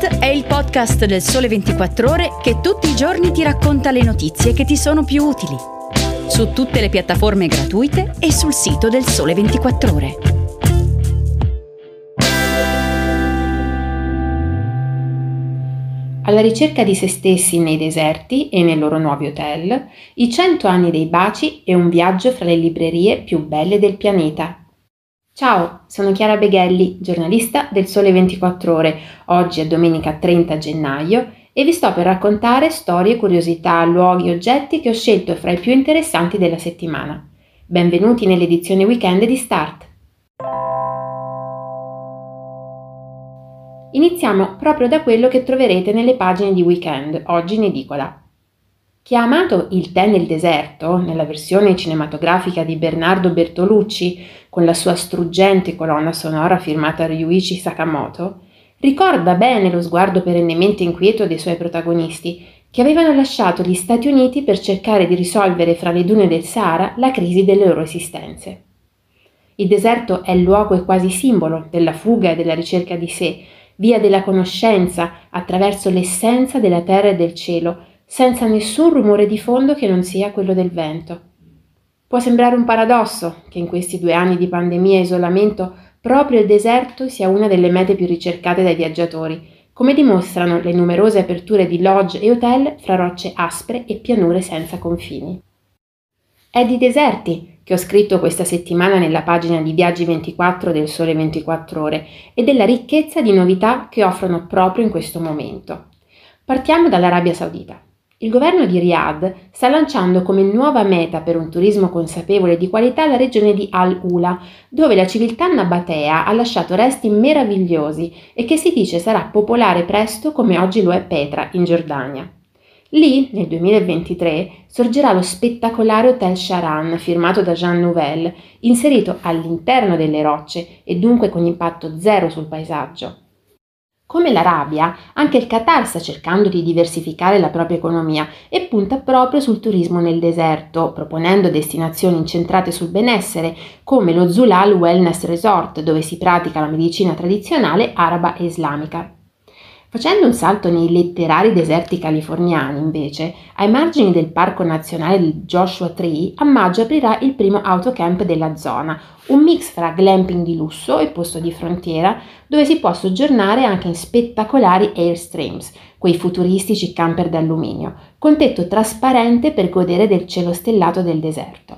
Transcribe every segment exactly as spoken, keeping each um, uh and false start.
Start è il podcast del Sole ventiquattro Ore che tutti i giorni ti racconta le notizie che ti sono più utili. Su tutte le piattaforme gratuite e sul sito del Sole ventiquattro Ore. Alla ricerca di se stessi nei deserti e nei loro nuovi hotel, i cento anni dei baci e un viaggio fra le librerie più belle del pianeta. Ciao, sono Chiara Beghelli, giornalista del Sole ventiquattro Ore. Oggi è domenica trenta gennaio e vi sto per raccontare storie, curiosità, luoghi e oggetti che ho scelto fra i più interessanti della settimana. Benvenuti nell'edizione weekend di Start. Iniziamo proprio da quello che troverete nelle pagine di Weekend, oggi in edicola. Chi ha amato Il tè nel deserto, nella versione cinematografica di Bernardo Bertolucci, con la sua struggente colonna sonora firmata Ryuichi Sakamoto, ricorda bene lo sguardo perennemente inquieto dei suoi protagonisti, che avevano lasciato gli Stati Uniti per cercare di risolvere fra le dune del Sahara la crisi delle loro esistenze. Il deserto è il luogo e quasi simbolo della fuga e della ricerca di sé, via della conoscenza attraverso l'essenza della terra e del cielo, senza nessun rumore di fondo che non sia quello del vento. Può sembrare un paradosso che in questi due anni di pandemia e isolamento proprio il deserto sia una delle mete più ricercate dai viaggiatori, come dimostrano le numerose aperture di lodge e hotel fra rocce aspre e pianure senza confini. È di deserti che ho scritto questa settimana nella pagina di Viaggi ventiquattro del Sole ventiquattro Ore e della ricchezza di novità che offrono proprio in questo momento. Partiamo dall'Arabia Saudita. Il governo di Riyadh sta lanciando come nuova meta per un turismo consapevole e di qualità la regione di Al-Ula, dove la civiltà nabatea ha lasciato resti meravigliosi e che si dice sarà popolare presto come oggi lo è Petra in Giordania. Lì, nel duemilaventitré, sorgerà lo spettacolare Hotel Sharan, firmato da Jean Nouvel, inserito all'interno delle rocce e dunque con impatto zero sul paesaggio. Come l'Arabia, anche il Qatar sta cercando di diversificare la propria economia e punta proprio sul turismo nel deserto, proponendo destinazioni incentrate sul benessere, come lo Zulal Wellness Resort, dove si pratica la medicina tradizionale araba e islamica. Facendo un salto nei letterari deserti californiani, invece, ai margini del Parco Nazionale del Joshua Tree, a maggio aprirà il primo autocamp della zona, un mix fra glamping di lusso e posto di frontiera, dove si può soggiornare anche in spettacolari Airstreams, quei futuristici camper d'alluminio, con tetto trasparente per godere del cielo stellato del deserto.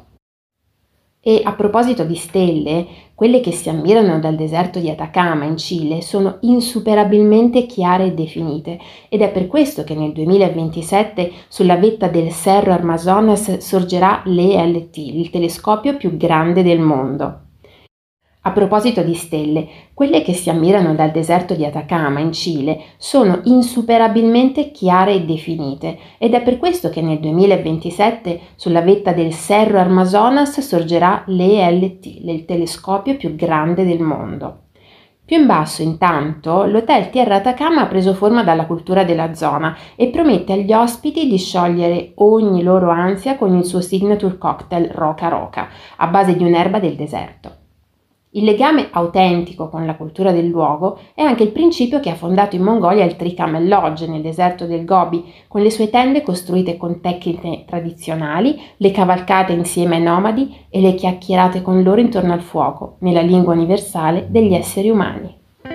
E a proposito di stelle, quelle che si ammirano dal deserto di Atacama in Cile sono insuperabilmente chiare e definite ed è per questo che nel duemilaventisette sulla vetta del Cerro Armazonas sorgerà l'E L T, il telescopio più grande del mondo. A proposito di stelle, quelle che si ammirano dal deserto di Atacama in Cile sono insuperabilmente chiare e definite ed è per questo che nel duemilaventisette sulla vetta del Cerro Armazonas sorgerà l'E L T, il telescopio più grande del mondo. Più in basso, intanto, l'Hotel Tierra Atacama ha preso forma dalla cultura della zona e promette agli ospiti di sciogliere ogni loro ansia con il suo signature cocktail Roca Roca, a base di un'erba del deserto. Il legame autentico con la cultura del luogo è anche il principio che ha fondato in Mongolia il Tree Camel Lodge nel deserto del Gobi, con le sue tende costruite con tecniche tradizionali, le cavalcate insieme ai nomadi e le chiacchierate con loro intorno al fuoco, nella lingua universale degli esseri umani.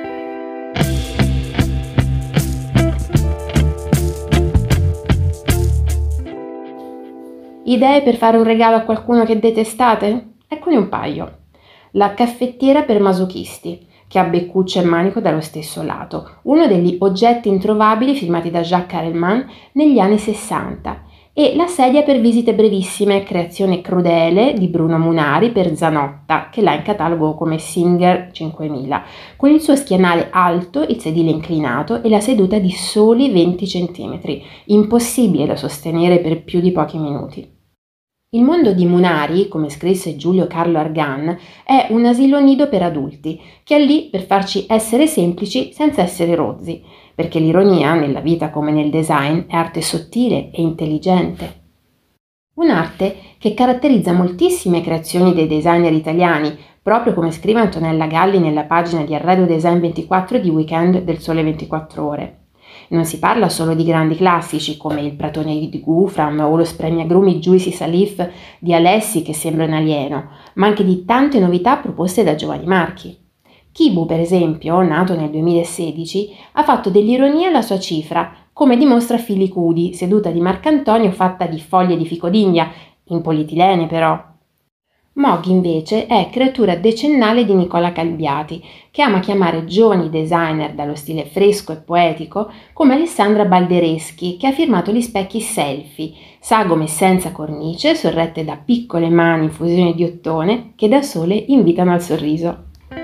Idee per fare un regalo a qualcuno che detestate? Eccone un paio. La caffettiera per masochisti, che ha beccuccia e manico dallo stesso lato, uno degli oggetti introvabili firmati da Jacques Carelman negli anni sessanta, e la sedia per visite brevissime, creazione crudele di Bruno Munari per Zanotta, che l'ha in catalogo come Singer cinquemila, con il suo schienale alto, il sedile inclinato e la seduta di soli venti centimetri, impossibile da sostenere per più di pochi minuti. Il mondo di Munari, come scrisse Giulio Carlo Argan, è un asilo nido per adulti, che è lì per farci essere semplici senza essere rozzi, perché l'ironia, nella vita come nel design, è arte sottile e intelligente. Un'arte che caratterizza moltissime creazioni dei designer italiani, proprio come scrive Antonella Galli nella pagina di Arredo Design ventiquattro di Weekend del Sole ventiquattro Ore. Non si parla solo di grandi classici come il Pratone di Gufram o lo Spremiagrumi Juicy Salif di Alessi che sembra un alieno, ma anche di tante novità proposte da Giovanni Marchi. Kibu, per esempio, nato nel duemilasedici, ha fatto dell'ironia la sua cifra, come dimostra Filicudi, seduta di Marcantonio fatta di foglie di ficodigna, in polietilene però. Mog invece è creatura decennale di Nicola Calbiati, che ama chiamare giovani designer dallo stile fresco e poetico come Alessandra Baldereschi, che ha firmato gli specchi selfie, sagome senza cornice sorrette da piccole mani in fusione di ottone che da sole invitano al sorriso.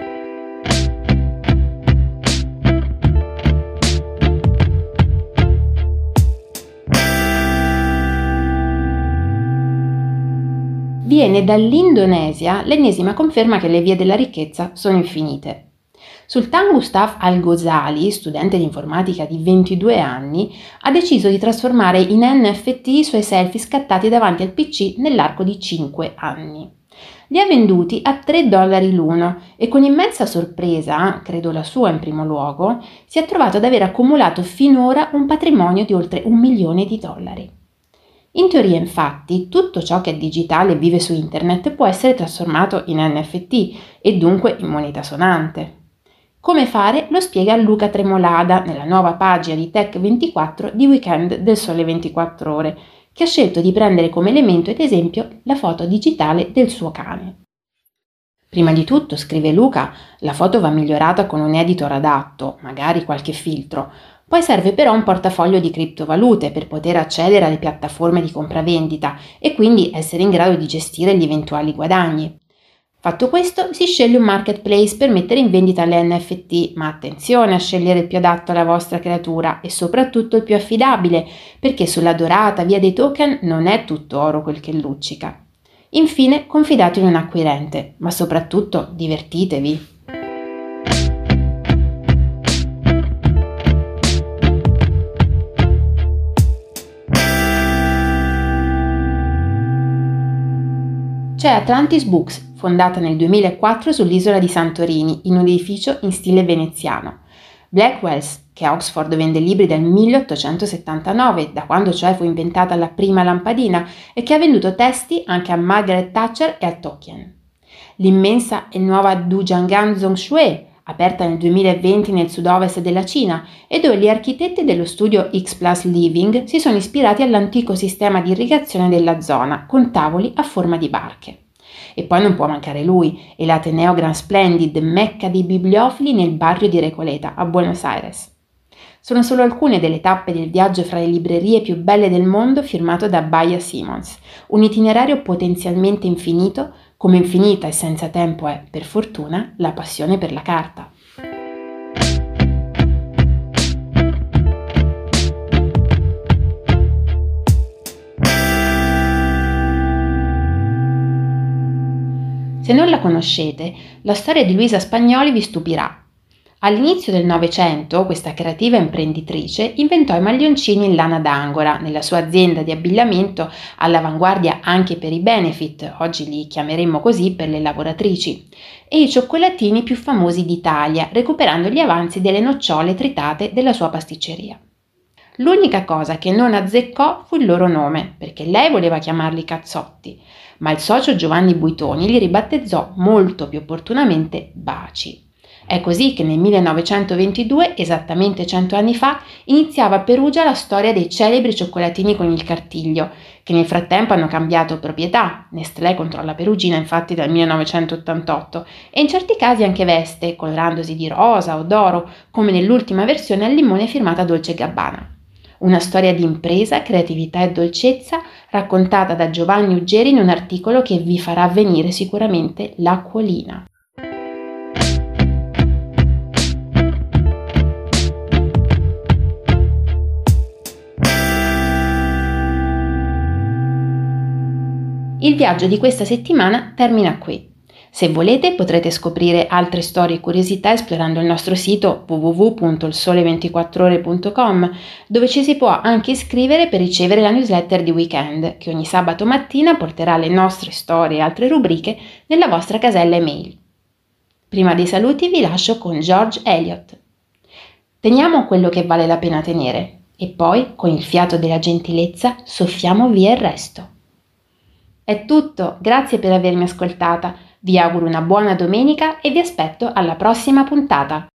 Viene dall'Indonesia l'ennesima conferma che le vie della ricchezza sono infinite. Sultan Gustaf Al-Ghazali, studente di informatica di ventidue anni, ha deciso di trasformare in N F T i suoi selfie scattati davanti al P C nell'arco di cinque anni. Li ha venduti a tre dollari l'uno e con immensa sorpresa, credo la sua in primo luogo, si è trovato ad aver accumulato finora un patrimonio di oltre un milione di dollari. In teoria, infatti, tutto ciò che è digitale e vive su internet può essere trasformato in N F T e dunque in moneta sonante. Come fare lo spiega Luca Tremolada nella nuova pagina di Tech ventiquattro di Weekend del Sole ventiquattro Ore, che ha scelto di prendere come elemento ed esempio la foto digitale del suo cane. Prima di tutto, scrive Luca, la foto va migliorata con un editor adatto, magari qualche filtro. Poi serve però un portafoglio di criptovalute per poter accedere alle piattaforme di compravendita e quindi essere in grado di gestire gli eventuali guadagni. Fatto questo, si sceglie un marketplace per mettere in vendita le N F T, ma attenzione a scegliere il più adatto alla vostra creatura e soprattutto il più affidabile, perché sulla dorata via dei token non è tutto oro quel che luccica. Infine, confidate in un acquirente, ma soprattutto divertitevi. C'è Atlantis Books, fondata nel duemilaquattro sull'isola di Santorini, in un edificio in stile veneziano. Blackwell's, che a Oxford vende libri dal milleottocentosettantanove, da quando cioè fu inventata la prima lampadina, e che ha venduto testi anche a Margaret Thatcher e a Tolkien. L'immensa e nuova Dujiang'an Zongshui, aperta nel duemilaventi nel sud-ovest della Cina e dove gli architetti dello studio X Plus Living si sono ispirati all'antico sistema di irrigazione della zona, con tavoli a forma di barche. E poi non può mancare lui, e l'Ateneo Grand Splendid, mecca dei bibliofili nel barrio di Recoleta, a Buenos Aires. Sono solo alcune delle tappe del viaggio fra le librerie più belle del mondo firmato da Baya Simons, un itinerario potenzialmente infinito, come infinita e senza tempo è, per fortuna, la passione per la carta. Se non la conoscete, la storia di Luisa Spagnoli vi stupirà. All'inizio del Novecento, questa creativa imprenditrice inventò i maglioncini in lana d'angora nella sua azienda di abbigliamento all'avanguardia anche per i benefit, oggi li chiameremmo così per le lavoratrici, e i cioccolatini più famosi d'Italia, recuperando gli avanzi delle nocciole tritate della sua pasticceria. L'unica cosa che non azzeccò fu il loro nome, perché lei voleva chiamarli cazzotti, ma il socio Giovanni Buitoni li ribattezzò molto più opportunamente baci. È così che nel millenovecentoventidue, esattamente cento anni fa, iniziava a Perugia la storia dei celebri cioccolatini con il cartiglio, che nel frattempo hanno cambiato proprietà. Nestlé controlla Perugina infatti dal millenovecentottantotto e in certi casi anche veste, colorandosi di rosa o d'oro, come nell'ultima versione al limone firmata Dolce e Gabbana. Una storia di impresa, creatività e dolcezza raccontata da Giovanni Uggeri in un articolo che vi farà venire sicuramente l'acquolina. Il viaggio di questa settimana termina qui. Se volete potrete scoprire altre storie e curiosità esplorando il nostro sito w w w punto il sole ventiquattro ore punto com, dove ci si può anche iscrivere per ricevere la newsletter di Weekend, che ogni sabato mattina porterà le nostre storie e altre rubriche nella vostra casella email. Prima dei saluti vi lascio con George Eliot. Teniamo quello che vale la pena tenere e poi, con il fiato della gentilezza, soffiamo via il resto. È tutto, grazie per avermi ascoltata. Vi auguro una buona domenica e vi aspetto alla prossima puntata.